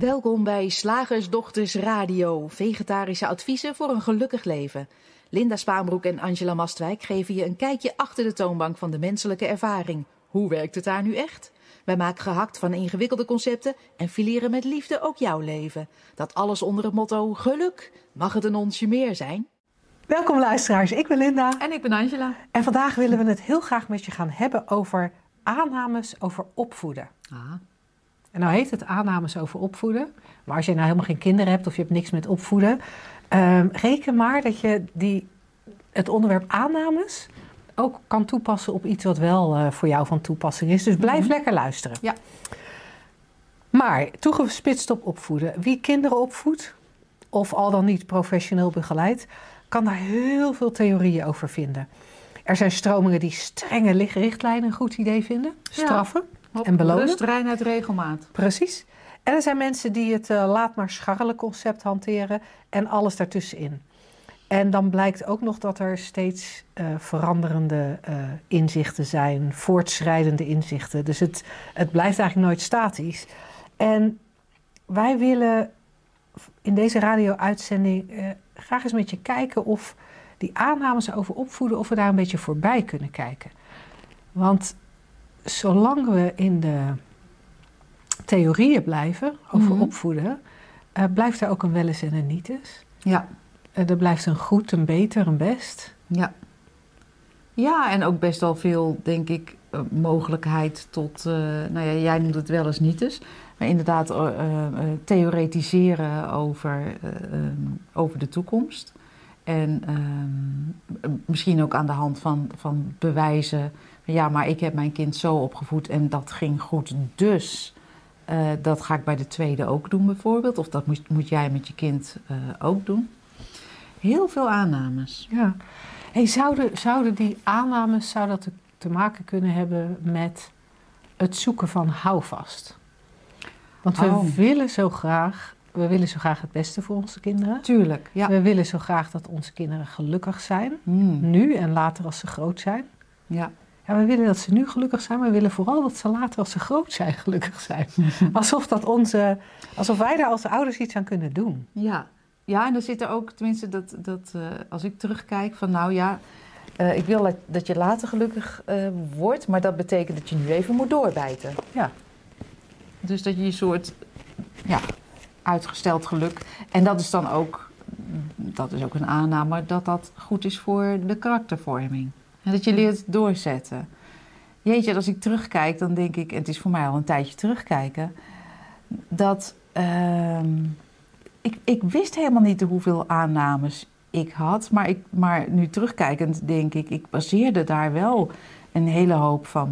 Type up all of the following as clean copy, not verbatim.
Welkom bij Slagersdochters Radio, vegetarische adviezen voor een gelukkig leven. Linda Spaanbroek en Angela Mastwijk geven je een kijkje achter de toonbank van de menselijke ervaring. Hoe werkt het daar nu echt? Wij maken gehakt van ingewikkelde concepten en fileren met liefde ook jouw leven. Dat alles onder het motto geluk. Mag het een onsje meer zijn? Welkom luisteraars, ik ben Linda. En ik ben Angela. En vandaag willen we het heel graag met je gaan hebben over aannames over opvoeden. En nou heet het aannames over opvoeden. Maar als je nou helemaal geen kinderen hebt of je hebt niks met opvoeden. Reken maar dat je het onderwerp aannames ook kan toepassen op iets wat wel voor jou van toepassing is. Dus blijf lekker luisteren. Ja. Maar toegespitst op opvoeden. Wie kinderen opvoedt, of al dan niet professioneel begeleidt, kan daar heel veel theorieën over vinden. Er zijn stromingen die strenge richtlijnen een goed idee vinden. Straffen en belonen. Rust, reinheid, regelmaat. Precies. En er zijn mensen die het laat maar scharrelen concept hanteren en alles daartussenin. En dan blijkt ook nog dat er steeds veranderende inzichten zijn, voortschrijdende inzichten. Dus het blijft eigenlijk nooit statisch. En wij willen in deze radio-uitzending graag eens met je kijken of die aannames over opvoeden, of we daar een beetje voorbij kunnen kijken. Want zolang we in de theorieën blijven over opvoeden, blijft er ook een wel eens en een niet eens. Ja. Er blijft een goed, een beter, een best. Ja. Ja, en ook best wel veel, denk ik, mogelijkheid tot, jij noemt het wel eens niet eens. Maar inderdaad theoretiseren over de toekomst. En misschien ook aan de hand van bewijzen. Ja, maar ik heb mijn kind zo opgevoed en dat ging goed. Dus dat ga ik bij de tweede ook doen bijvoorbeeld. Of dat moet jij met je kind ook doen. Heel veel aannames. Ja. Hey, zouden die aannames te maken kunnen hebben met het zoeken van houvast? Want we willen zo graag het beste voor onze kinderen. Tuurlijk, ja. We willen zo graag dat onze kinderen gelukkig zijn. Nu en later als ze groot zijn. Ja. Ja, we willen dat ze nu gelukkig zijn, maar we willen vooral dat ze later als ze groot zijn gelukkig zijn. Alsof wij daar als ouders iets aan kunnen doen. Ja. Ja, en er zit er ook, tenminste, dat als ik terugkijk van ik wil dat je later gelukkig wordt, maar dat betekent dat je nu even moet doorbijten. Ja. Dus dat je een soort, uitgesteld geluk. En dat is dan ook, dat is ook een aanname dat goed is voor de karaktervorming. En dat je leert doorzetten. Jeetje, als ik terugkijk, dan denk ik, en het is voor mij al een tijdje terugkijken, dat ik wist helemaal niet hoeveel aannames ik had. Maar nu terugkijkend denk ik baseerde daar wel een hele hoop van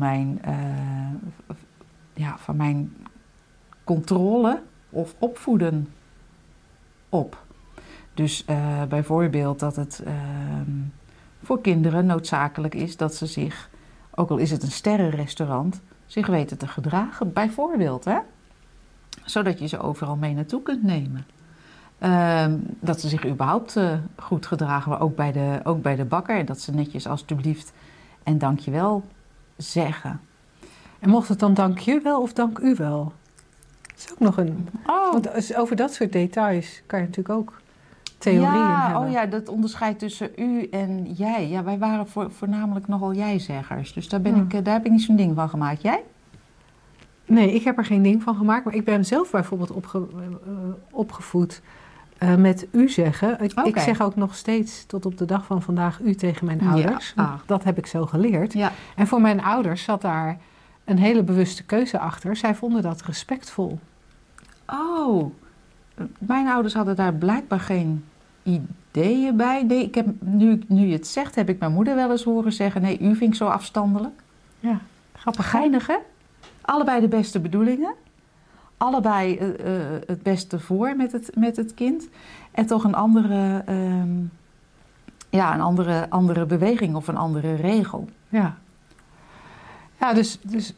mijn controle of opvoeden op. Dus bijvoorbeeld dat het voor kinderen noodzakelijk is dat ze zich, ook al is het een sterrenrestaurant, zich weten te gedragen. Bijvoorbeeld, zodat je ze overal mee naartoe kunt nemen. Dat ze zich überhaupt goed gedragen, maar ook bij de bakker. En dat ze netjes alstublieft en dankjewel zeggen. En mocht het dan dank je wel of dank u wel? Dat is ook nog een... Want over dat soort details kan je natuurlijk ook theorieën hebben. Oh ja, dat onderscheid tussen u en jij. Ja, wij waren voornamelijk nogal jij-zeggers. Dus daar heb ik niet zo'n ding van gemaakt. Jij? Nee, ik heb er geen ding van gemaakt. Maar ik ben zelf bijvoorbeeld opgevoed met u zeggen. Ik zeg ook nog steeds tot op de dag van vandaag u tegen mijn ouders. Ja. Dat heb ik zo geleerd. Ja. En voor mijn ouders zat daar een hele bewuste keuze achter. Zij vonden dat respectvol. Oh, mijn ouders hadden daar blijkbaar geen ideeën bij. Nee, ik heb, nu je het zegt, heb ik mijn moeder wel eens horen zeggen, nee, u vind ik zo afstandelijk. Ja, grappig. Geinig, hè? Allebei de beste bedoelingen. Allebei het beste voor met het kind. En toch een andere beweging of een andere regel. Ja. Ja, dus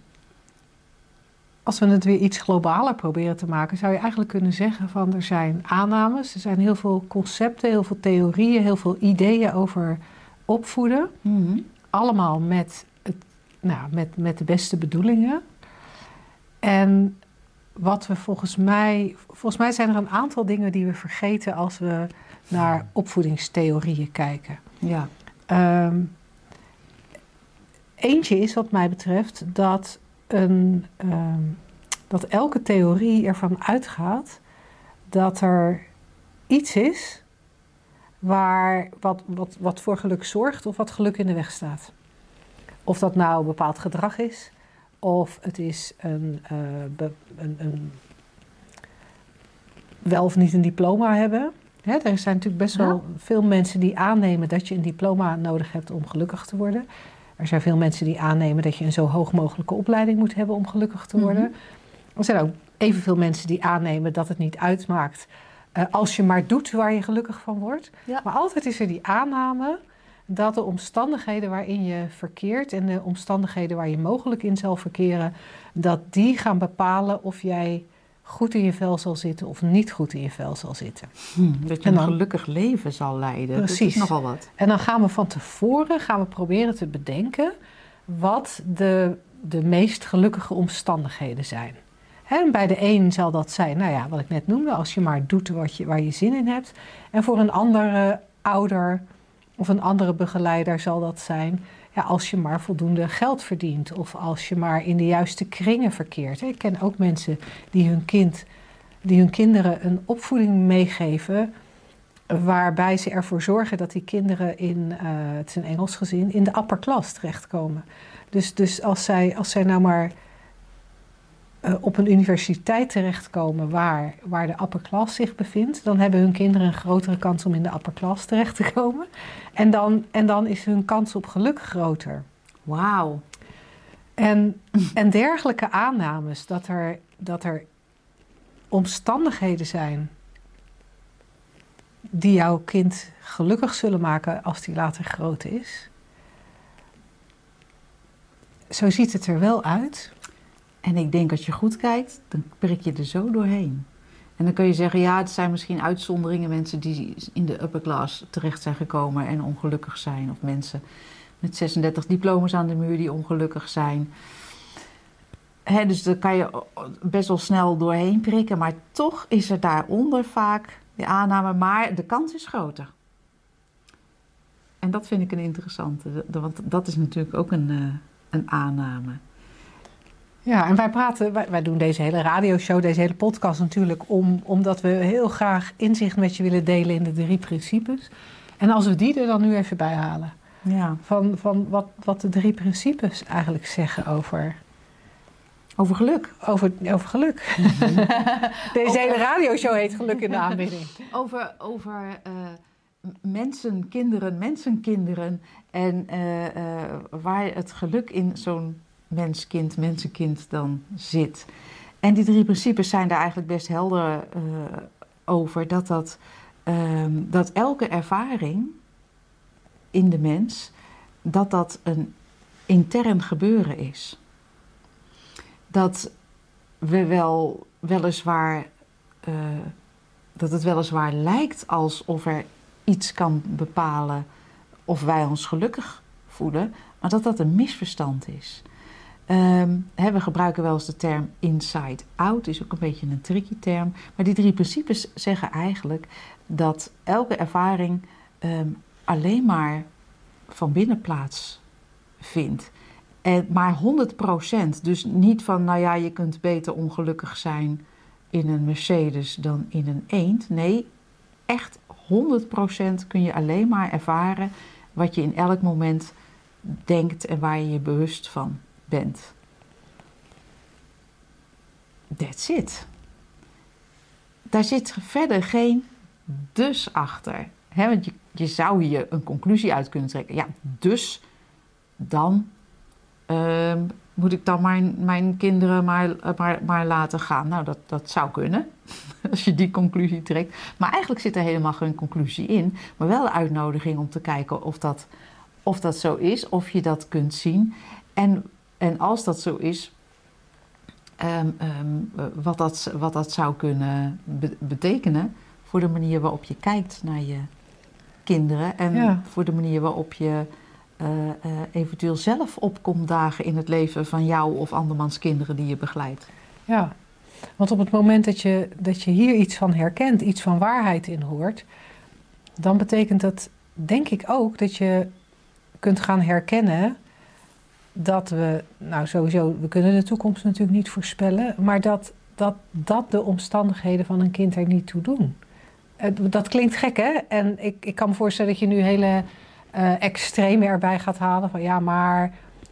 als we het weer iets globaler proberen te maken, zou je eigenlijk kunnen zeggen van er zijn aannames, er zijn heel veel concepten, heel veel theorieën, heel veel ideeën over opvoeden. Allemaal met de beste bedoelingen. En wat we volgens mij zijn er een aantal dingen die we vergeten als we naar opvoedingstheorieën kijken. Ja. Eentje is wat mij betreft dat elke theorie ervan uitgaat dat er iets is wat voor geluk zorgt of wat geluk in de weg staat. Of dat nou een bepaald gedrag is, of het is wel of niet een diploma hebben. Hè, er zijn natuurlijk best wel veel mensen die aannemen dat je een diploma nodig hebt om gelukkig te worden. Er zijn veel mensen die aannemen dat je een zo hoog mogelijke opleiding moet hebben om gelukkig te worden. Mm-hmm. Er zijn ook evenveel mensen die aannemen dat het niet uitmaakt als je maar doet waar je gelukkig van wordt. Ja. Maar altijd is er die aanname dat de omstandigheden waarin je verkeert en de omstandigheden waar je mogelijk in zal verkeren, dat die gaan bepalen of jij goed in je vel zal zitten of niet goed in je vel zal zitten. Dat je een gelukkig leven zal leiden. Precies. Dat is nogal wat. En dan gaan we van tevoren proberen te bedenken wat de meest gelukkige omstandigheden zijn. En bij de een zal dat zijn, nou ja, wat ik net noemde, als je maar doet waar je zin in hebt. En voor een andere ouder of een andere begeleider zal dat zijn, ja, als je maar voldoende geld verdient of als je maar in de juiste kringen verkeert. Ik ken ook mensen die hun kinderen een opvoeding meegeven waarbij ze ervoor zorgen dat die kinderen het is een Engels gezin, in de upper class terechtkomen. Dus als zij nou maar op een universiteit terechtkomen waar de upper class zich bevindt, dan hebben hun kinderen een grotere kans om in de upper class terecht te komen. En dan is hun kans op geluk groter. Wauw. En dergelijke aannames, dat er omstandigheden zijn die jouw kind gelukkig zullen maken als die later groot is. Zo ziet het er wel uit. En ik denk als je goed kijkt, dan prik je er zo doorheen. En dan kun je zeggen, ja, het zijn misschien uitzonderingen, mensen die in de upper class terecht zijn gekomen en ongelukkig zijn. Of mensen met 36 diploma's aan de muur die ongelukkig zijn. Dus daar kan je best wel snel doorheen prikken. Maar toch is er daaronder vaak de aanname, maar de kans is groter. En dat vind ik een interessante, want dat is natuurlijk ook een aanname. Ja, en wij doen deze hele radioshow, deze hele podcast natuurlijk omdat we heel graag inzicht met je willen delen in de 3 principes. En als we die er dan nu even bij halen. Ja. Van wat de 3 principes eigenlijk zeggen over geluk. Over geluk. Mm-hmm. Deze hele radioshow heet Geluk in de aanbidding. Over mensenkinderen en waar het geluk in zo'n mensenkind dan zit. En die 3 principes zijn daar eigenlijk best helder over. Dat elke ervaring in de mens, dat een intern gebeuren is. Dat we weliswaar dat het weliswaar lijkt alsof er iets kan bepalen of wij ons gelukkig voelen, maar dat een misverstand is. We gebruiken wel eens de term inside out, is ook een beetje een tricky term. Maar die 3 principes zeggen eigenlijk dat elke ervaring alleen maar van binnen plaatsvindt. Maar 100%, dus niet van, nou ja, je kunt beter ongelukkig zijn in een Mercedes dan in een eend. Nee, echt 100% kun je alleen maar ervaren wat je in elk moment denkt en waar je je bewust van bent. That's it. Daar zit verder geen dus achter. Want je zou hier een conclusie uit kunnen trekken. Ja, dus dan moet ik dan mijn kinderen maar laten gaan. Nou, dat zou kunnen, als je die conclusie trekt. Maar eigenlijk zit er helemaal geen conclusie in. Maar wel de uitnodiging om te kijken of dat zo is, of je dat kunt zien. En als dat zo is, wat dat zou kunnen betekenen voor de manier waarop je kijkt naar je kinderen. En voor de manier waarop je eventueel zelf opkomt dagen in het leven van jou of andermans kinderen die je begeleidt. Ja, Want op het moment dat je hier iets van herkent, iets van waarheid in hoort, dan betekent dat, denk ik ook, dat je kunt gaan herkennen dat we, nou sowieso, we kunnen de toekomst natuurlijk niet voorspellen, maar dat de omstandigheden van een kind er niet toe doen. Dat klinkt gek, hè? En ik kan me voorstellen dat je nu hele extreme erbij gaat halen. Van ja, maar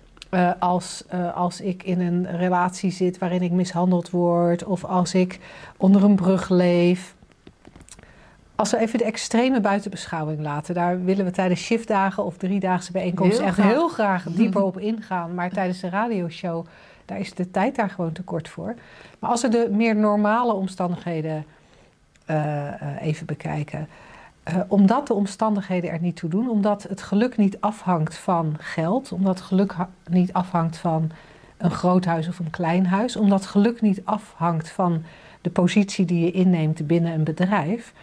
als ik in een relatie zit waarin ik mishandeld word, of als ik onder een brug leef. Als we even de extreme buiten beschouwing laten, daar willen we tijdens shiftdagen of 3-daagse bijeenkomsten echt heel graag dieper op ingaan. Maar tijdens de radioshow, daar is de tijd daar gewoon te kort voor. Maar als we de meer normale omstandigheden even bekijken. Omdat de omstandigheden er niet toe doen, omdat het geluk niet afhangt van geld, omdat het geluk niet afhangt van een groot huis of een klein huis, omdat geluk niet afhangt van de positie die je inneemt binnen een bedrijf,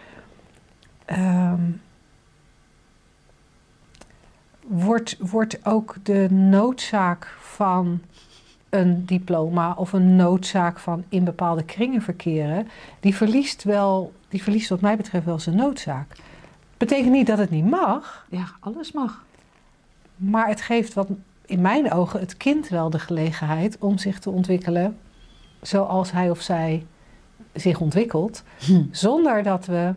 wordt ook de noodzaak van een diploma of een noodzaak van in bepaalde kringen verkeren, die verliest wat mij betreft wel zijn noodzaak. Betekent niet dat het niet mag. Ja, alles mag. Maar het geeft wat in mijn ogen het kind wel de gelegenheid om zich te ontwikkelen zoals hij of zij zich ontwikkelt. Zonder dat we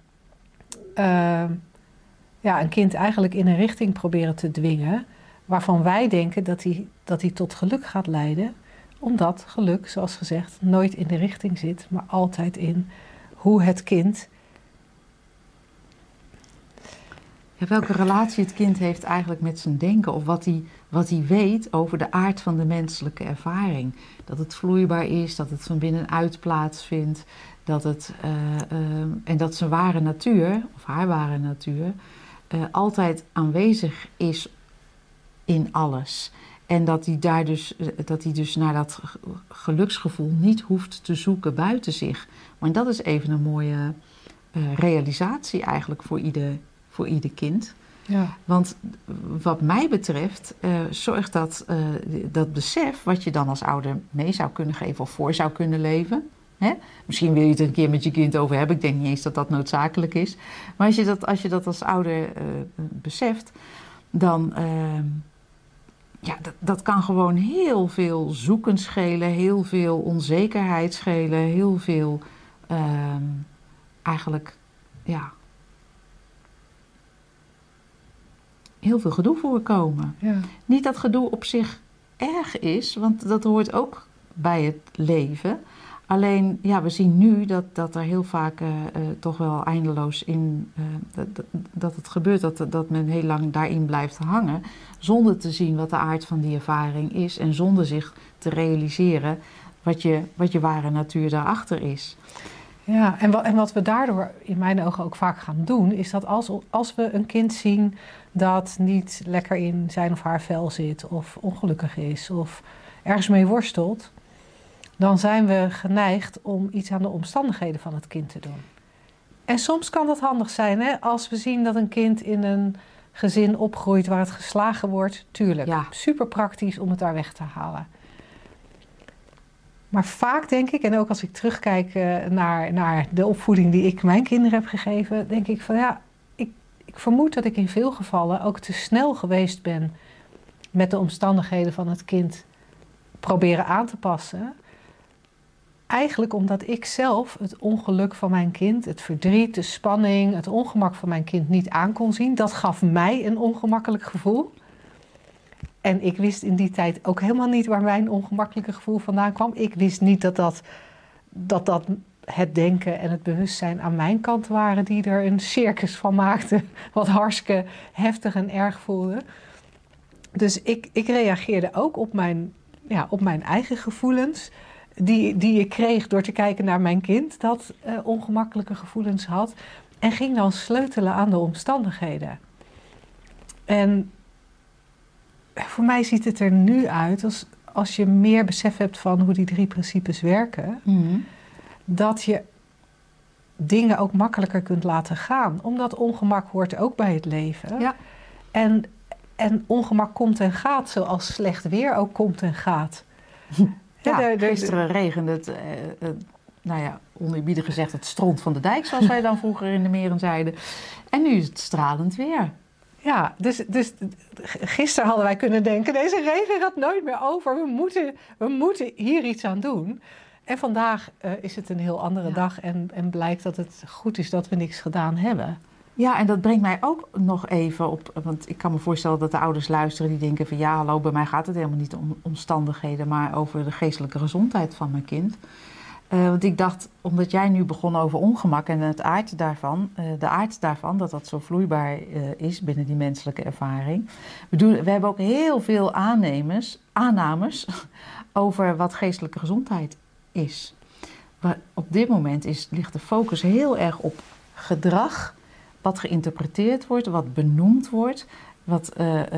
een kind eigenlijk in een richting proberen te dwingen waarvan wij denken dat hij tot geluk gaat leiden. Omdat geluk, zoals gezegd, nooit in de richting zit, maar altijd in hoe het kind... Ja, welke relatie het kind heeft eigenlijk met zijn denken, of wat hij weet over de aard van de menselijke ervaring. Dat het vloeibaar is, dat het van binnenuit plaatsvindt, en dat zijn ware natuur, of haar ware natuur, altijd aanwezig is in alles. En dat hij dus naar dat geluksgevoel niet hoeft te zoeken buiten zich. Maar dat is even een mooie realisatie eigenlijk voor ieder kind. Ja. Want wat mij betreft zorgt dat besef wat je dan als ouder mee zou kunnen geven of voor zou kunnen leven. Hè? Misschien wil je het een keer met je kind over hebben. Ik denk niet eens dat dat noodzakelijk is. Maar als je dat als ouder beseft, dan... dat kan gewoon heel veel zoeken schelen, heel veel onzekerheid schelen, heel veel heel veel gedoe voorkomen. Ja. Niet dat gedoe op zich erg is, want dat hoort ook bij het leven. Alleen, we zien nu dat er heel vaak toch wel eindeloos in... dat het gebeurt, dat men heel lang daarin blijft hangen, zonder te zien wat de aard van die ervaring is en zonder zich te realiseren wat je ware natuur daarachter is. Ja, en wat we daardoor in mijn ogen ook vaak gaan doen, is dat als we een kind zien dat niet lekker in zijn of haar vel zit, of ongelukkig is, of ergens mee worstelt, dan zijn we geneigd om iets aan de omstandigheden van het kind te doen. En soms kan dat handig zijn, hè? Als we zien dat een kind in een gezin opgroeit waar het geslagen wordt, tuurlijk, super praktisch om het daar weg te halen. Maar vaak denk ik, en ook als ik terugkijk naar de opvoeding die ik mijn kinderen heb gegeven, denk ik van ik vermoed dat ik in veel gevallen ook te snel geweest ben met de omstandigheden van het kind proberen aan te passen. Eigenlijk omdat ik zelf het ongeluk van mijn kind, het verdriet, de spanning, het ongemak van mijn kind niet aan kon zien. Dat gaf mij een ongemakkelijk gevoel. En ik wist in die tijd ook helemaal niet waar mijn ongemakkelijke gevoel vandaan kwam. Ik wist niet dat het denken en het bewustzijn aan mijn kant waren die er een circus van maakten, wat hartstikke heftig en erg voelde. Dus ik reageerde ook op mijn eigen gevoelens, die ik kreeg door te kijken naar mijn kind dat ongemakkelijke gevoelens had. En ging dan sleutelen aan de omstandigheden. En voor mij ziet het er nu uit, als je meer besef hebt van hoe die 3 principes werken, dat je dingen ook makkelijker kunt laten gaan. Omdat ongemak hoort ook bij het leven. Ja. En ongemak komt en gaat, zoals slecht weer ook komt en gaat. Ja, gisteren regende het, oneerbiedig gezegd, het stront van de dijk, zoals wij dan vroeger in de meren zeiden. En nu is het stralend weer. Ja, dus gisteren hadden wij kunnen denken, deze regen gaat nooit meer over. We moeten hier iets aan doen. En vandaag is het een heel andere dag en blijkt dat het goed is dat we niks gedaan hebben. Ja, en dat brengt mij ook nog even op, want ik kan me voorstellen dat de ouders luisteren die denken van ja, hallo, bij mij gaat het helemaal niet om omstandigheden, maar over de geestelijke gezondheid van mijn kind. Want ik dacht, omdat jij nu begon over ongemak en de aard daarvan, dat dat zo vloeibaar is binnen die menselijke ervaring. We hebben ook heel veel aannames over wat geestelijke gezondheid is. Maar op dit moment ligt de focus heel erg op gedrag, wat geïnterpreteerd wordt, wat benoemd wordt, wat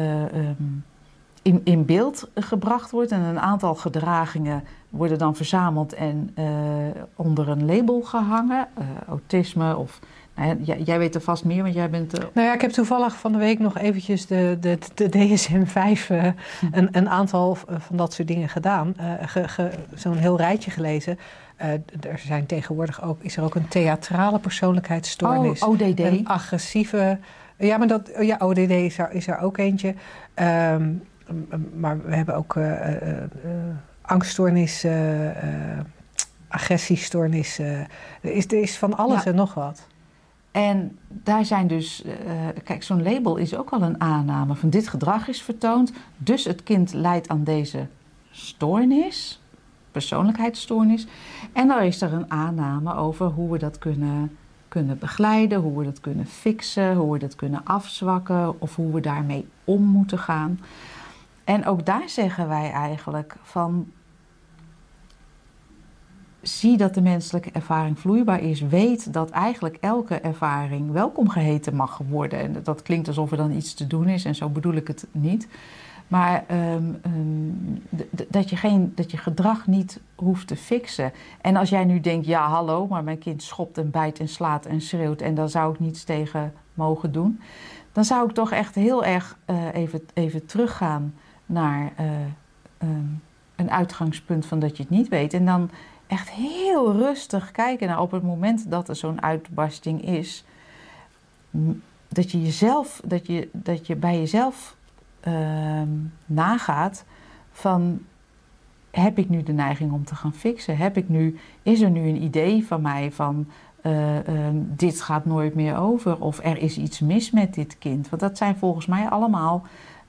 in beeld gebracht wordt. En een aantal gedragingen worden dan verzameld en onder een label gehangen. Autisme of... jij weet er vast meer, want jij bent... Nou ja, ik heb toevallig van de week nog eventjes de DSM-5 een aantal van dat soort dingen gedaan. Zo'n heel rijtje gelezen. Er zijn tegenwoordig is er ook een theatrale persoonlijkheidsstoornis. ODD. Een agressieve... Ja, maar ODD is er ook eentje. Maar we hebben ook angststoornis, agressiestoornis. Er is van alles en nog wat. En daar zijn dus... kijk, zo'n label is ook al een aanname van dit gedrag is vertoond. Dus het kind lijdt aan deze stoornis, persoonlijkheidsstoornis. En dan is er een aanname over hoe we dat kunnen begeleiden, hoe we dat kunnen fixen, hoe we dat kunnen afzwakken of hoe we daarmee om moeten gaan. En ook daar zeggen wij eigenlijk van, zie dat de menselijke ervaring vloeibaar is. Weet dat eigenlijk elke ervaring welkom geheten mag worden. En dat klinkt alsof er dan iets te doen is en zo bedoel ik het niet. Maar dat je gedrag niet hoeft te fixen. En als jij nu denkt, ja hallo, maar mijn kind schopt en bijt en slaat en schreeuwt en daar zou ik niets tegen mogen doen. Dan zou ik toch echt heel erg even teruggaan naar een uitgangspunt van dat je het niet weet. En dan echt heel rustig kijken naar op het moment dat er zo'n uitbarsting is. Dat je bij jezelf nagaat van, heb ik nu de neiging om te gaan fixen? Is er nu een idee van mij van dit gaat nooit meer over of er is iets mis met dit kind? Want dat zijn volgens mij allemaal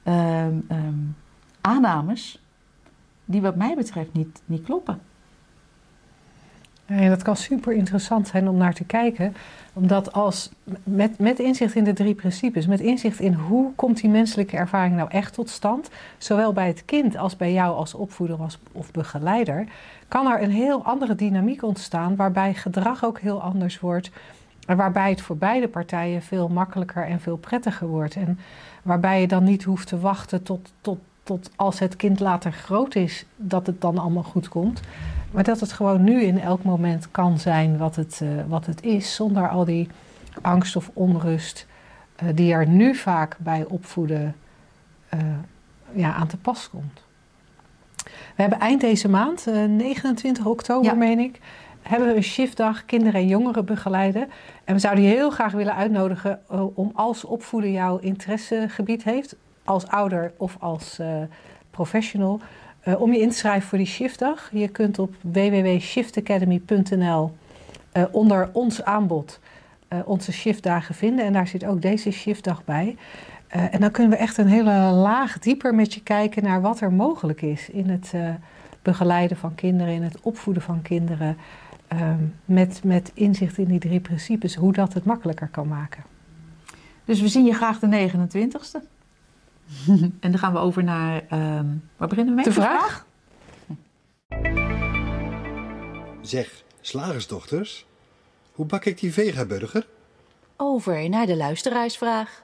aannames die wat mij betreft niet kloppen. Ja, dat kan super interessant zijn om naar te kijken. Omdat met inzicht in de 3 principes, met inzicht in hoe komt die menselijke ervaring nou echt tot stand, zowel bij het kind als bij jou als opvoeder of begeleider, kan er een heel andere dynamiek ontstaan waarbij gedrag ook heel anders wordt. En waarbij het voor beide partijen veel makkelijker en veel prettiger wordt. En waarbij je dan niet hoeft te wachten tot als het kind later groot is, dat het dan allemaal goed komt. Maar dat het gewoon nu in elk moment kan zijn wat het is, zonder al die angst of onrust die er nu vaak bij opvoeden aan te pas komt. We hebben eind deze maand, 29 oktober meen ik, hebben we een shiftdag kinderen en jongeren begeleiden. En we zouden je heel graag willen uitnodigen om als opvoeden jouw interessegebied heeft, als ouder of als professional, om je in te schrijven voor die shiftdag. Je kunt op www.shiftacademy.nl onder ons aanbod onze shiftdagen vinden. En daar zit ook deze shiftdag bij. En dan kunnen we echt een hele laag dieper met je kijken naar wat er mogelijk is in het begeleiden van kinderen, in het opvoeden van kinderen. Met inzicht in die 3 principes, hoe dat het makkelijker kan maken. Dus we zien je graag de 29e. En dan gaan we over naar... waar beginnen we mee? De vraag? Zeg, slagersdochters, hoe bak ik die vegaburger? Over naar de luisteraarsvraag.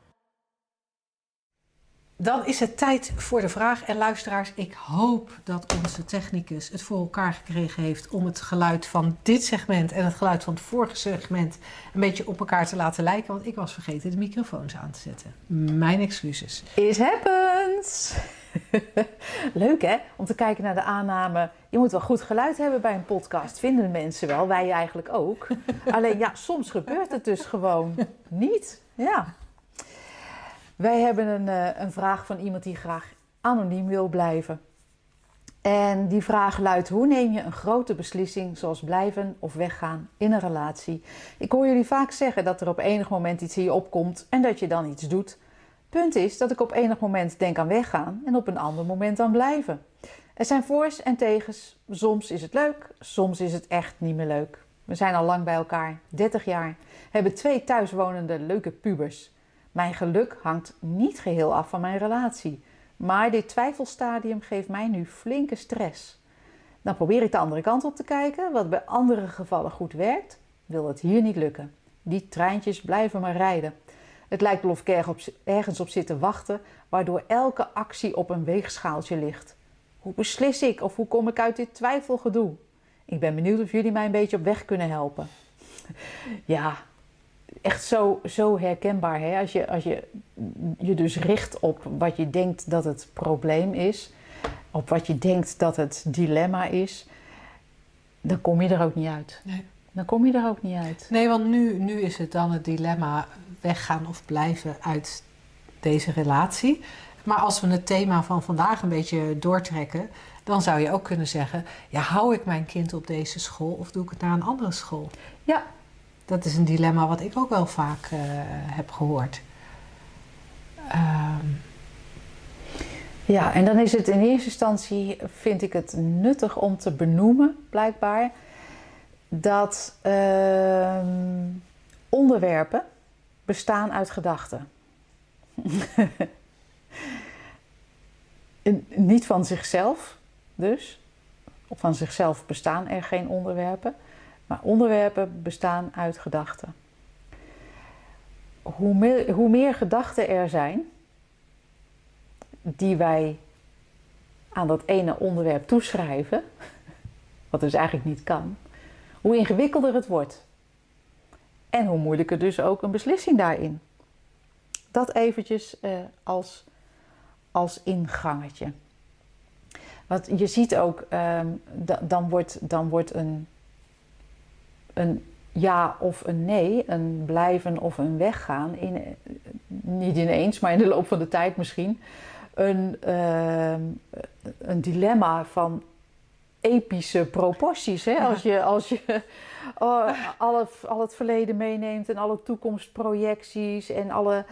Dan is het tijd voor de vraag. En luisteraars, ik hoop dat onze technicus het voor elkaar gekregen heeft om het geluid van dit segment en het geluid van het vorige segment een beetje op elkaar te laten lijken. Want ik was vergeten de microfoons aan te zetten. Mijn excuses. It happens! Leuk hè, om te kijken naar de aanname. Je moet wel goed geluid hebben bij een podcast. Vinden mensen wel, wij eigenlijk ook. Alleen ja, soms gebeurt het dus gewoon niet. Ja. Wij hebben een vraag van iemand die graag anoniem wil blijven. En die vraag luidt: hoe neem je een grote beslissing zoals blijven of weggaan in een relatie? Ik hoor jullie vaak zeggen dat er op enig moment iets in je opkomt en dat je dan iets doet. Punt is dat ik op enig moment denk aan weggaan en op een ander moment aan blijven. Er zijn voor's en tegens. Soms is het leuk, soms is het echt niet meer leuk. We zijn al lang bij elkaar, 30 jaar, hebben 2 thuiswonende leuke pubers. Mijn geluk hangt niet geheel af van mijn relatie. Maar dit twijfelstadium geeft mij nu flinke stress. Dan probeer ik de andere kant op te kijken. Wat bij andere gevallen goed werkt, wil het hier niet lukken. Die treintjes blijven maar rijden. Het lijkt wel of ik ergens op zit te wachten, waardoor elke actie op een weegschaaltje ligt. Hoe beslis ik of hoe kom ik uit dit twijfelgedoe? Ik ben benieuwd of jullie mij een beetje op weg kunnen helpen. Ja, echt zo herkenbaar. Hè? Als je dus richt op wat je denkt dat het probleem is, op wat je denkt dat het dilemma is, dan kom je er ook niet uit. Nee. Dan kom je er ook niet uit. Nee, want nu is het dan het dilemma weggaan of blijven uit deze relatie. Maar als we het thema van vandaag een beetje doortrekken, dan zou je ook kunnen zeggen, ja, hou ik mijn kind op deze school of doe ik het naar een andere school? Ja. Dat is een dilemma wat ik ook wel vaak heb gehoord. Ja, en dan is het in eerste instantie, vind ik het nuttig om te benoemen, blijkbaar, dat onderwerpen bestaan uit gedachten. Niet van zichzelf dus, of van zichzelf bestaan er geen onderwerpen, maar onderwerpen bestaan uit gedachten. Hoe meer gedachten er zijn die wij aan dat ene onderwerp toeschrijven, wat dus eigenlijk niet kan, hoe ingewikkelder het wordt. En hoe moeilijker dus ook een beslissing daarin. Dat eventjes als ingangetje. Want je ziet ook, dan wordt een ja of een nee, een blijven of een weggaan, niet ineens, maar in de loop van de tijd misschien, een dilemma van epische proporties. Hè? Ja. Als je al het verleden meeneemt en alle toekomstprojecties en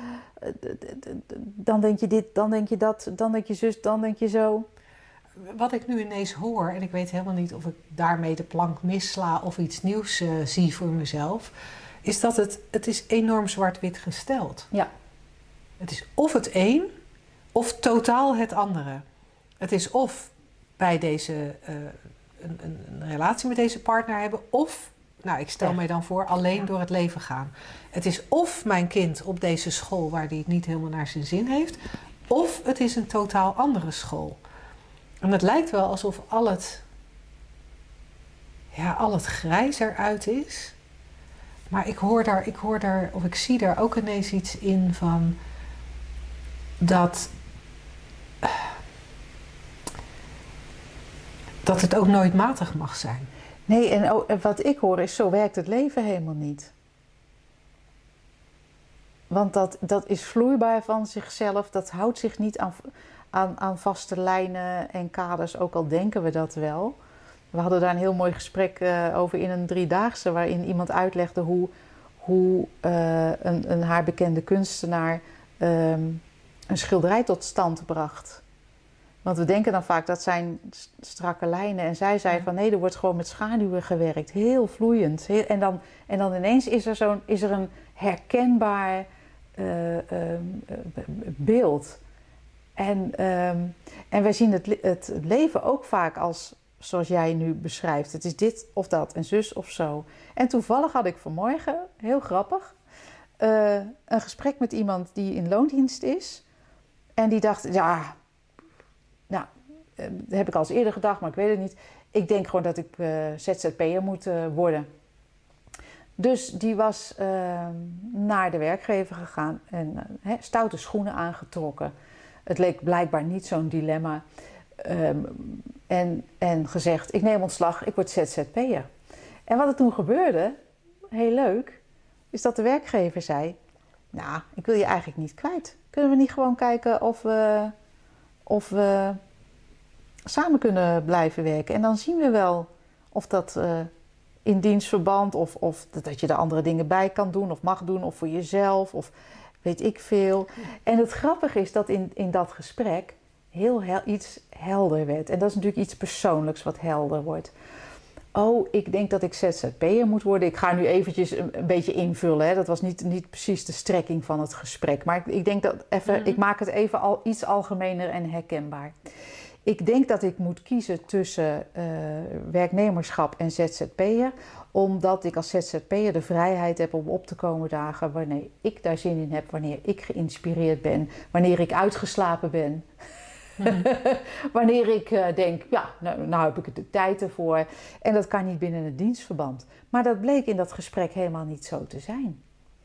dan denk je dit, dan denk je dat, dan denk je zus, dan denk je zo. Wat ik nu ineens hoor, en ik weet helemaal niet of ik daarmee de plank missla of iets nieuws zie voor mezelf, is dat het is enorm zwart-wit gesteld. Ja. Het is of het een, of totaal het andere. Het is of bij deze een relatie met deze partner hebben, of, nou, ik stel mij dan voor, alleen door het leven gaan. Het is of mijn kind op deze school waar die het niet helemaal naar zijn zin heeft, of het is een totaal andere school. En het lijkt wel alsof al het grijs eruit is. Maar ik hoor daar, of ik zie daar ook ineens iets in van dat het ook nooit matig mag zijn. Nee, en wat ik hoor is, zo werkt het leven helemaal niet. Want dat is vloeibaar van zichzelf, dat houdt zich niet aan vaste lijnen en kaders, ook al denken we dat wel. We hadden daar een heel mooi gesprek over in een 3-daagse, waarin iemand uitlegde hoe een haar bekende kunstenaar een schilderij tot stand bracht. Want we denken dan vaak dat zijn strakke lijnen. En zij zei van nee, er wordt gewoon met schaduwen gewerkt. Heel vloeiend. En dan ineens is er een herkenbaar beeld. En wij zien het leven ook vaak als, zoals jij nu beschrijft. Het is dit of dat en zus of zo. En toevallig had ik vanmorgen, heel grappig, een gesprek met iemand die in loondienst is. En die dacht, ja, nou, dat heb ik al eens eerder gedacht, maar ik weet het niet. Ik denk gewoon dat ik ZZP'er moet worden. Dus die was naar de werkgever gegaan en stoute schoenen aangetrokken. Het leek blijkbaar niet zo'n dilemma. En gezegd, ik neem ontslag, ik word ZZP'er. En wat er toen gebeurde, heel leuk, is dat de werkgever zei... Nou, ik wil je eigenlijk niet kwijt. Kunnen we niet gewoon kijken of we samen kunnen blijven werken? En dan zien we wel of dat in dienstverband... of dat je er andere dingen bij kan doen of mag doen... of voor jezelf of weet ik veel. En het grappige is dat in dat gesprek iets helder werd. En dat is natuurlijk iets persoonlijks wat helder wordt. Oh, ik denk dat ik ZZP'er moet worden. Ik ga nu eventjes een beetje invullen. Hè. Dat was niet precies de strekking van het gesprek. Maar ik denk dat ik maak het even iets algemener en herkenbaar. Ik denk dat ik moet kiezen tussen werknemerschap en ZZP'er. Omdat ik als ZZP'er de vrijheid heb om op te komen dagen wanneer ik daar zin in heb. Wanneer ik geïnspireerd ben. Wanneer ik uitgeslapen ben. Wanneer ik denk, ja, nou heb ik de tijd ervoor. En dat kan niet binnen het dienstverband. Maar dat bleek in dat gesprek helemaal niet zo te zijn.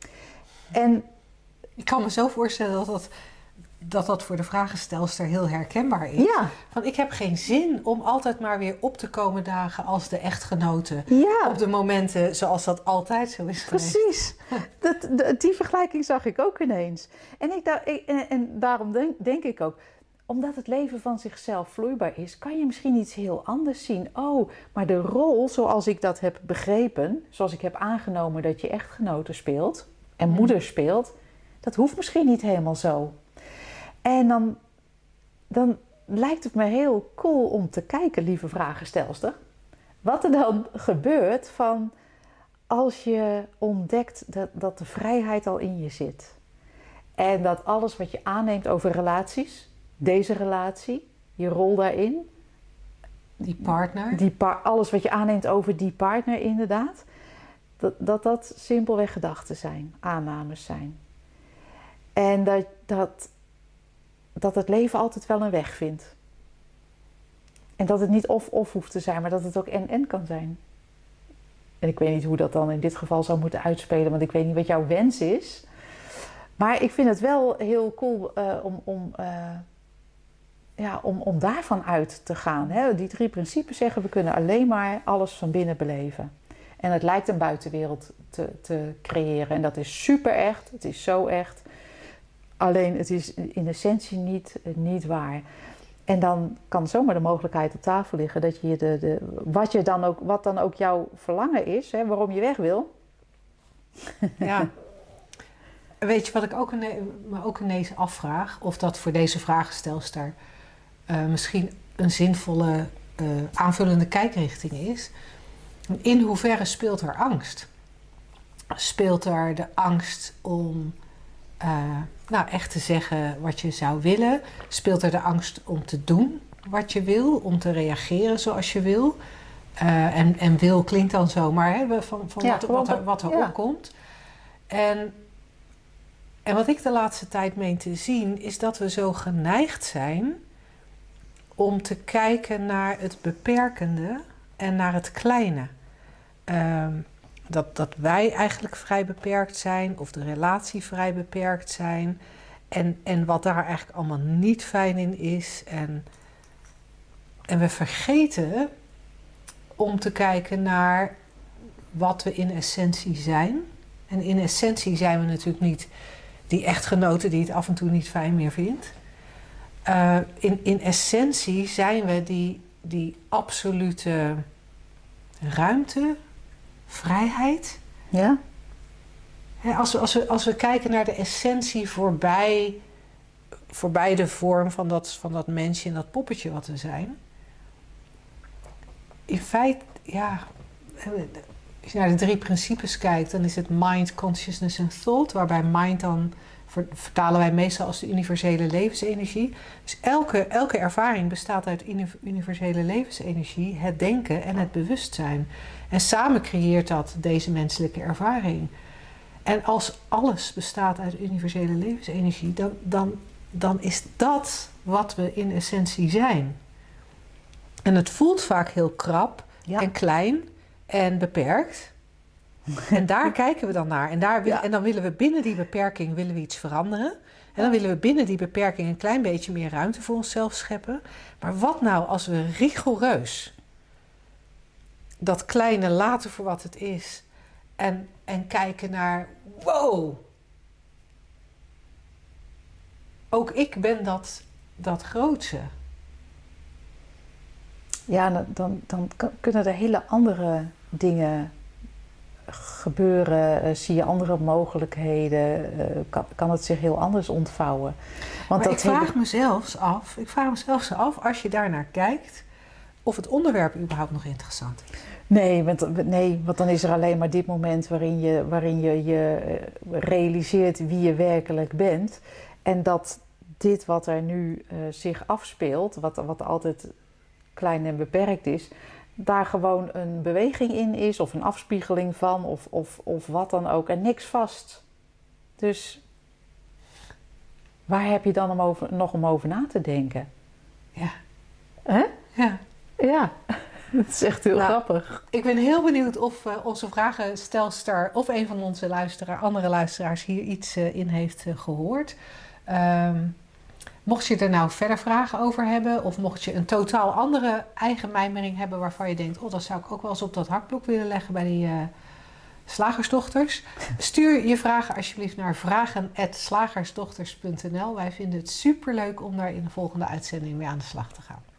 En ik kan me zo voorstellen dat voor de vragenstelster heel herkenbaar is. Ja. Van, ik heb geen zin om altijd maar weer op te komen dagen als de echtgenote. Ja. Op de momenten zoals dat altijd zo is geweest. Precies. Die vergelijking zag ik ook ineens. En daarom denk ik ook... Omdat het leven van zichzelf vloeibaar is... kan je misschien iets heel anders zien. Oh, maar de rol zoals ik dat heb begrepen... zoals ik heb aangenomen dat je echtgenote speelt... en moeder speelt... dat hoeft misschien niet helemaal zo. En dan lijkt het me heel cool om te kijken, lieve vragenstelster... wat er dan gebeurt van als je ontdekt dat de vrijheid al in je zit. En dat alles wat je aanneemt over relaties... Deze relatie, je rol daarin. Die partner. Alles wat je aanneemt over die partner inderdaad. Dat simpelweg gedachten zijn, aannames zijn. En dat het leven altijd wel een weg vindt. En dat het niet of hoeft te zijn, maar dat het ook en kan zijn. En ik weet niet hoe dat dan in dit geval zou moeten uitspelen, want ik weet niet wat jouw wens is. Maar ik vind het wel heel cool om daarvan uit te gaan. Hè? Die 3 principes zeggen, we kunnen alleen maar alles van binnen beleven. En het lijkt een buitenwereld te creëren. En dat is super echt, het is zo echt. Alleen het is in essentie niet waar. En dan kan zomaar de mogelijkheid op tafel liggen dat je wat dan ook jouw verlangen is, hè, waarom je weg wil. Ja. Weet je wat ik me ook ineens afvraag? Of dat voor deze vragenstelster misschien een zinvolle aanvullende kijkrichting is. In hoeverre speelt er angst? Speelt er de angst om echt te zeggen wat je zou willen? Speelt er de angst om te doen wat je wil? Om te reageren zoals je wil? En wil klinkt dan zo, maar wat er opkomt. En wat ik de laatste tijd meen te zien, is dat we zo geneigd zijn om te kijken naar het beperkende en naar het kleine. Dat wij eigenlijk vrij beperkt zijn, of de relatie vrij beperkt zijn. En wat daar eigenlijk allemaal niet fijn in is. En we vergeten om te kijken naar wat we in essentie zijn. En in essentie zijn we natuurlijk niet die echtgenote die het af en toe niet fijn meer vindt. In essentie zijn we die absolute ruimte, vrijheid. Ja. Als we kijken naar de essentie voorbij de vorm van dat mensje en dat poppetje wat we zijn. In feite, ja, als je naar de 3 principes kijkt, dan is het mind, consciousness en thought, waarbij mind dan vertalen wij meestal als de universele levensenergie. Dus elke ervaring bestaat uit universele levensenergie, het denken en het bewustzijn. En samen creëert dat deze menselijke ervaring. En als alles bestaat uit universele levensenergie, dan is dat wat we in essentie zijn. En het voelt vaak heel krap en klein en beperkt. En daar kijken we dan naar. En dan willen we binnen die beperking iets veranderen. En dan willen we binnen die beperking een klein beetje meer ruimte voor onszelf scheppen. Maar wat nou als we rigoureus dat kleine laten voor wat het is en kijken naar, wow, ook ik ben dat grootse. Ja, dan kunnen er hele andere dingen gebeuren. Zie je andere mogelijkheden. Kan het zich heel anders ontvouwen. Want maar ik vraag me zelfs af, als je daarnaar kijkt, of het onderwerp überhaupt nog interessant is. Nee, want dan is er alleen maar dit moment waarin je realiseert wie je werkelijk bent. En dat dit wat er nu zich afspeelt, wat altijd klein en beperkt is, daar gewoon een beweging in is of een afspiegeling van of wat dan ook en niks vast. Dus waar heb je dan nog om over na te denken? Ja. Hè? Ja. Ja, dat is echt heel grappig. Ik ben heel benieuwd of onze vragenstelster of een van onze andere luisteraars hier iets in heeft gehoord. Mocht je er nou verder vragen over hebben, of mocht je een totaal andere eigen mijmering hebben waarvan je denkt, oh, dat zou ik ook wel eens op dat hakblok willen leggen bij die slagersdochters. Stuur je vragen alsjeblieft naar vragen@slagersdochters.nl. Wij vinden het superleuk om daar in de volgende uitzending mee aan de slag te gaan.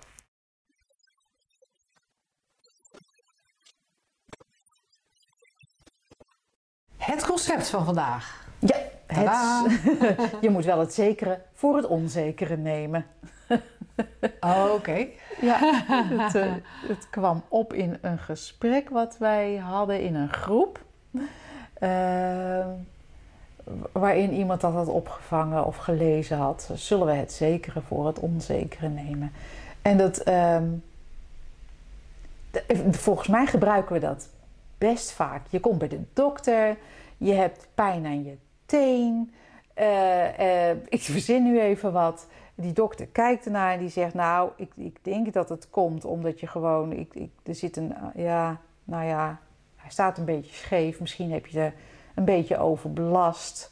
Het concept van vandaag. Ja, je moet wel het zekere voor het onzekere nemen. Oké. Ja, het kwam op in een gesprek wat wij hadden in een groep. Waarin iemand dat had opgevangen of gelezen had. Zullen we het zekere voor het onzekere nemen? En volgens mij gebruiken we dat best vaak. Je komt bij de dokter, je hebt pijn aan je teen. Ik verzin nu even wat. Die dokter kijkt ernaar en die zegt, nou, ik denk dat het komt omdat je gewoon, er zit hij staat een beetje scheef. Misschien heb je er een beetje overbelast.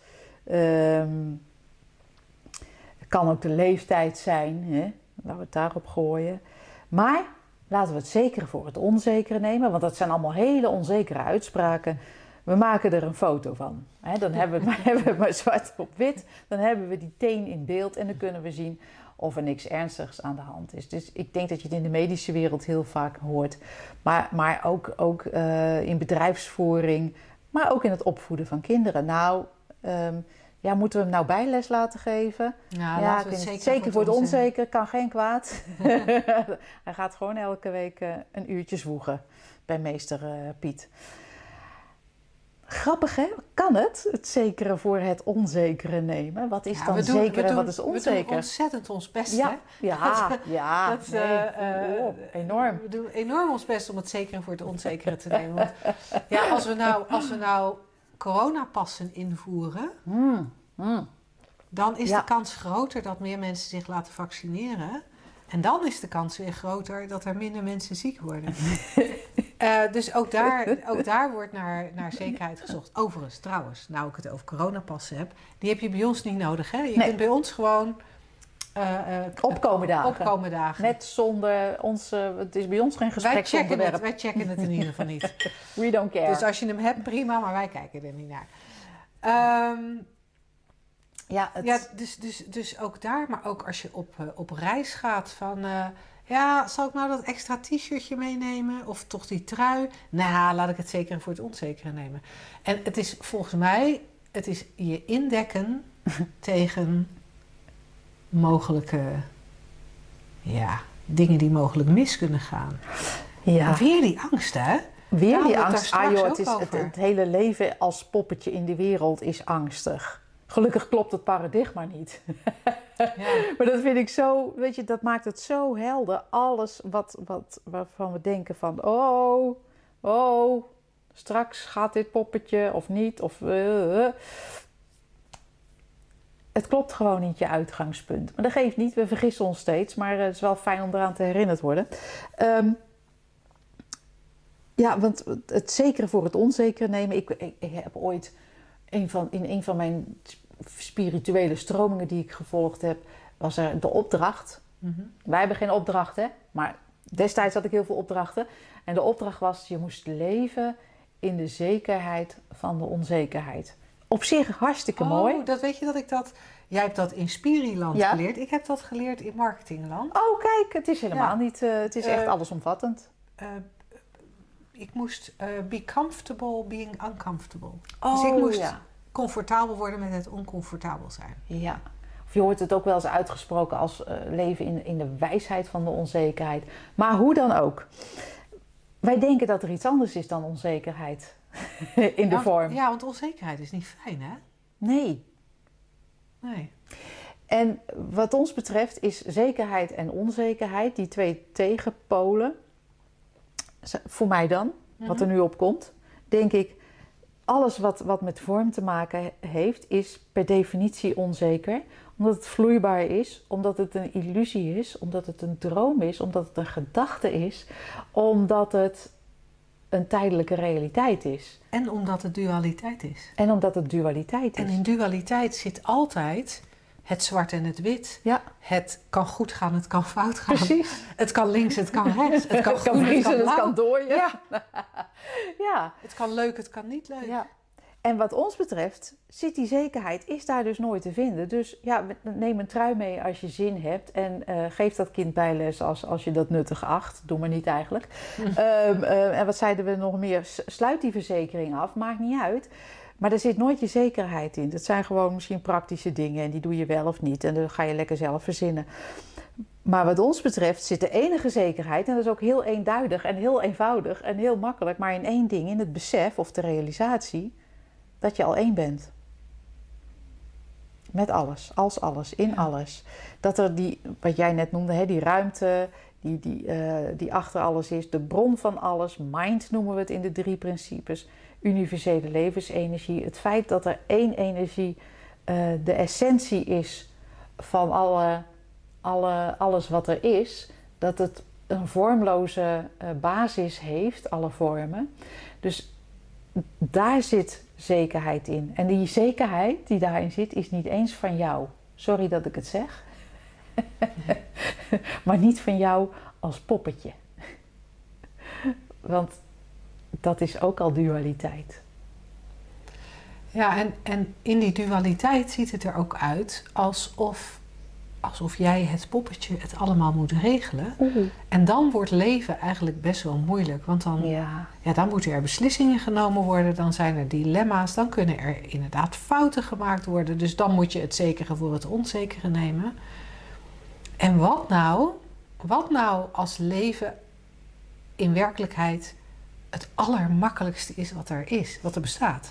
Kan ook de leeftijd zijn, hè? Laten we het daarop gooien. Maar laten we het zekere voor het onzekere nemen, want dat zijn allemaal hele onzekere uitspraken. We maken er een foto van. Dan hebben we het maar zwart op wit. Dan hebben we die teen in beeld en dan kunnen we zien of er niks ernstigs aan de hand is. Dus ik denk dat je het in de medische wereld heel vaak hoort. Maar ook in bedrijfsvoering, maar ook in het opvoeden van kinderen. Nou, moeten we hem nou bijles laten geven? Nou, laten we het zeker voor het onzeker, kan geen kwaad. Hij gaat gewoon elke week een uurtje zwoegen bij meester Piet. Grappig, hè? Kan het zekere voor het onzekere nemen? Wat is dan zeker en wat is onzeker? We doen ontzettend ons best, hè? Enorm. We doen enorm ons best om het zekere voor het onzekere te nemen. Want ja, als we nou coronapassen invoeren, dan is de kans groter dat meer mensen zich laten vaccineren. En dan is de kans weer groter dat er minder mensen ziek worden. Dus ook daar wordt naar zekerheid gezocht. Overigens, trouwens, nou ik het over coronapassen heb, die heb je bij ons niet nodig. Hè? Je kunt bij ons gewoon opkomen dagen. Net zonder ons, het is bij ons geen gespreksonderwerp. Wij checken het in ieder geval niet. We don't care. Dus als je hem hebt, prima, maar wij kijken er niet naar. Dus ook daar, maar ook als je op reis gaat van... zal ik nou dat extra t-shirtje meenemen? Of toch die trui? Nou, laat ik het zekere voor het onzekere nemen. En het is volgens mij... Het is je indekken tegen mogelijke... dingen die mogelijk mis kunnen gaan. Ja. Weer die angst, hè? Weer die angst. Het hele leven als poppetje in de wereld is angstig. Gelukkig klopt het paradigma niet. Ja. Maar dat vind ik zo, weet je, dat maakt het zo helder. Alles waarvan we denken van, straks gaat dit poppetje of niet. Het klopt gewoon niet, je uitgangspunt. Maar dat geeft niet, we vergissen ons steeds. Maar het is wel fijn om eraan te herinnerd worden. Want het zekere voor het onzekere nemen. Ik heb ooit in een van mijn spirituele stromingen die ik gevolgd heb, was er de opdracht. Wij hebben geen opdracht, hè? Maar destijds had ik heel veel opdrachten. En de opdracht was, je moest leven in de zekerheid van de onzekerheid. Op zich hartstikke mooi. Dat weet je dat ik dat... Jij hebt dat in Spiriland geleerd. Ik heb dat geleerd in Marketingland. Oh, kijk, het is helemaal niet... het is echt allesomvattend. Ik moest be comfortable being uncomfortable. Oh, dus ik moest comfortabel worden met het oncomfortabel zijn. Ja. Of je hoort het ook wel eens uitgesproken als leven in de wijsheid van de onzekerheid. Maar hoe dan ook. Wij denken dat er iets anders is dan onzekerheid in de vorm. Ja, want onzekerheid is niet fijn, hè? Nee. En wat ons betreft is zekerheid en onzekerheid, die twee tegenpolen, voor mij dan, wat er nu op komt, denk ik, alles wat met vorm te maken heeft, is per definitie onzeker. Omdat het vloeibaar is, omdat het een illusie is, omdat het een droom is, omdat het een gedachte is, omdat het een tijdelijke realiteit is. En omdat het dualiteit is. En omdat het dualiteit is. En in dualiteit zit altijd het zwart en het wit. Ja. Het kan goed gaan, het kan fout gaan. Precies. Het kan links, het kan rechts. Het kan groen, vriezen, het kan door. Ja. Ja. Het kan leuk, het kan niet leuk. Ja. En wat ons betreft zit die zekerheid, is daar dus nooit te vinden. Dus ja, neem een trui mee als je zin hebt. En geef dat kind bijles als je dat nuttig acht. Doe maar niet eigenlijk. En wat zeiden we nog meer? Sluit die verzekering af, maakt niet uit. Maar er zit nooit je zekerheid in. Dat zijn gewoon misschien praktische dingen. En die doe je wel of niet. En dan ga je lekker zelf verzinnen. Maar wat ons betreft zit de enige zekerheid, en dat is ook heel eenduidig en heel eenvoudig en heel makkelijk, maar in één ding, in het besef of de realisatie, dat je al één bent. Met alles, als alles, in alles. Dat er die, wat jij net noemde, hè, die ruimte, die achter alles is, de bron van alles, mind noemen we het in de 3 principes, universele levensenergie. Het feit dat er één energie de essentie is van alles wat er is, dat het een vormloze basis heeft, alle vormen. Dus daar zit zekerheid in. En die zekerheid die daarin zit, is niet eens van jou. Sorry dat ik het zeg. Maar niet van jou als poppetje. Want dat is ook al dualiteit. Ja, en in die dualiteit ziet het er ook uit alsof jij het poppetje het allemaal moet regelen. En dan wordt leven eigenlijk best wel moeilijk. Want dan moeten er beslissingen genomen worden. Dan zijn er dilemma's. Dan kunnen er inderdaad fouten gemaakt worden. Dus dan moet je het zekere voor het onzekere nemen. En wat nou als leven in werkelijkheid het allermakkelijkste is wat er is, wat er bestaat?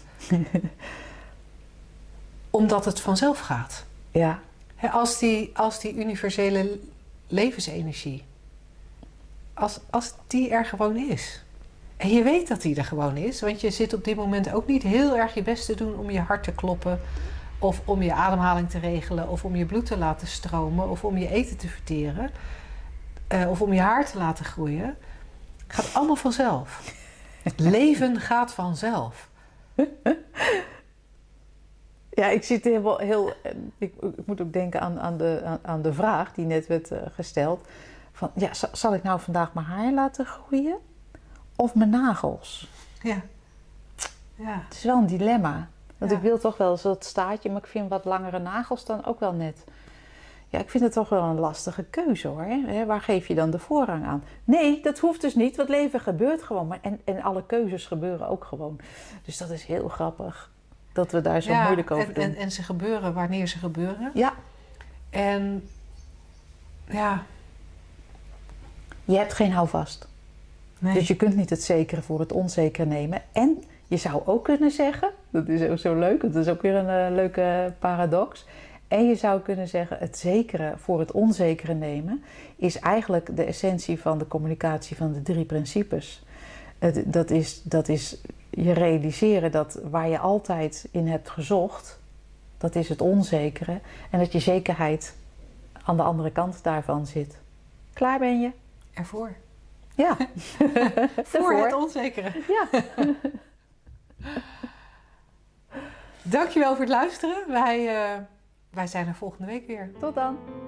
Omdat het vanzelf gaat. Ja. Als die universele levensenergie, als die er gewoon is. En je weet dat die er gewoon is, want je zit op dit moment ook niet heel erg je best te doen om je hart te kloppen, of om je ademhaling te regelen, of om je bloed te laten stromen, of om je eten te verteren, of om je haar te laten groeien. Het gaat allemaal vanzelf. Leven gaat vanzelf. Ja, ik zit ik moet ook denken aan de vraag die net werd gesteld. Van, ja, zal ik nou vandaag mijn haar laten groeien? Of mijn nagels? Ja. Het is wel een dilemma. Want Ja. ik wil toch wel eens dat staartje, maar ik vind wat langere nagels dan ook wel net. Ja, ik vind het toch wel een lastige keuze hoor. Waar geef je dan de voorrang aan? Nee, dat hoeft dus niet, want leven gebeurt gewoon. Maar en alle keuzes gebeuren ook gewoon. Dus dat is heel grappig. Dat we daar zo moeilijk over doen. En ze gebeuren wanneer ze gebeuren. Ja. En ja. Je hebt geen houvast. Nee. Dus je kunt niet het zekere voor het onzekere nemen. En je zou ook kunnen zeggen, dat is ook zo leuk, dat is ook weer een leuke paradox. En je zou kunnen zeggen, het zekere voor het onzekere nemen is eigenlijk de essentie van de communicatie van de 3 principes. Dat is je realiseren dat waar je altijd in hebt gezocht, dat is het onzekere. En dat je zekerheid aan de andere kant daarvan zit. Klaar ben je? Ervoor. Ja. Voor het onzekere. Ja. Dankjewel voor het luisteren. Wij zijn er volgende week weer. Tot dan!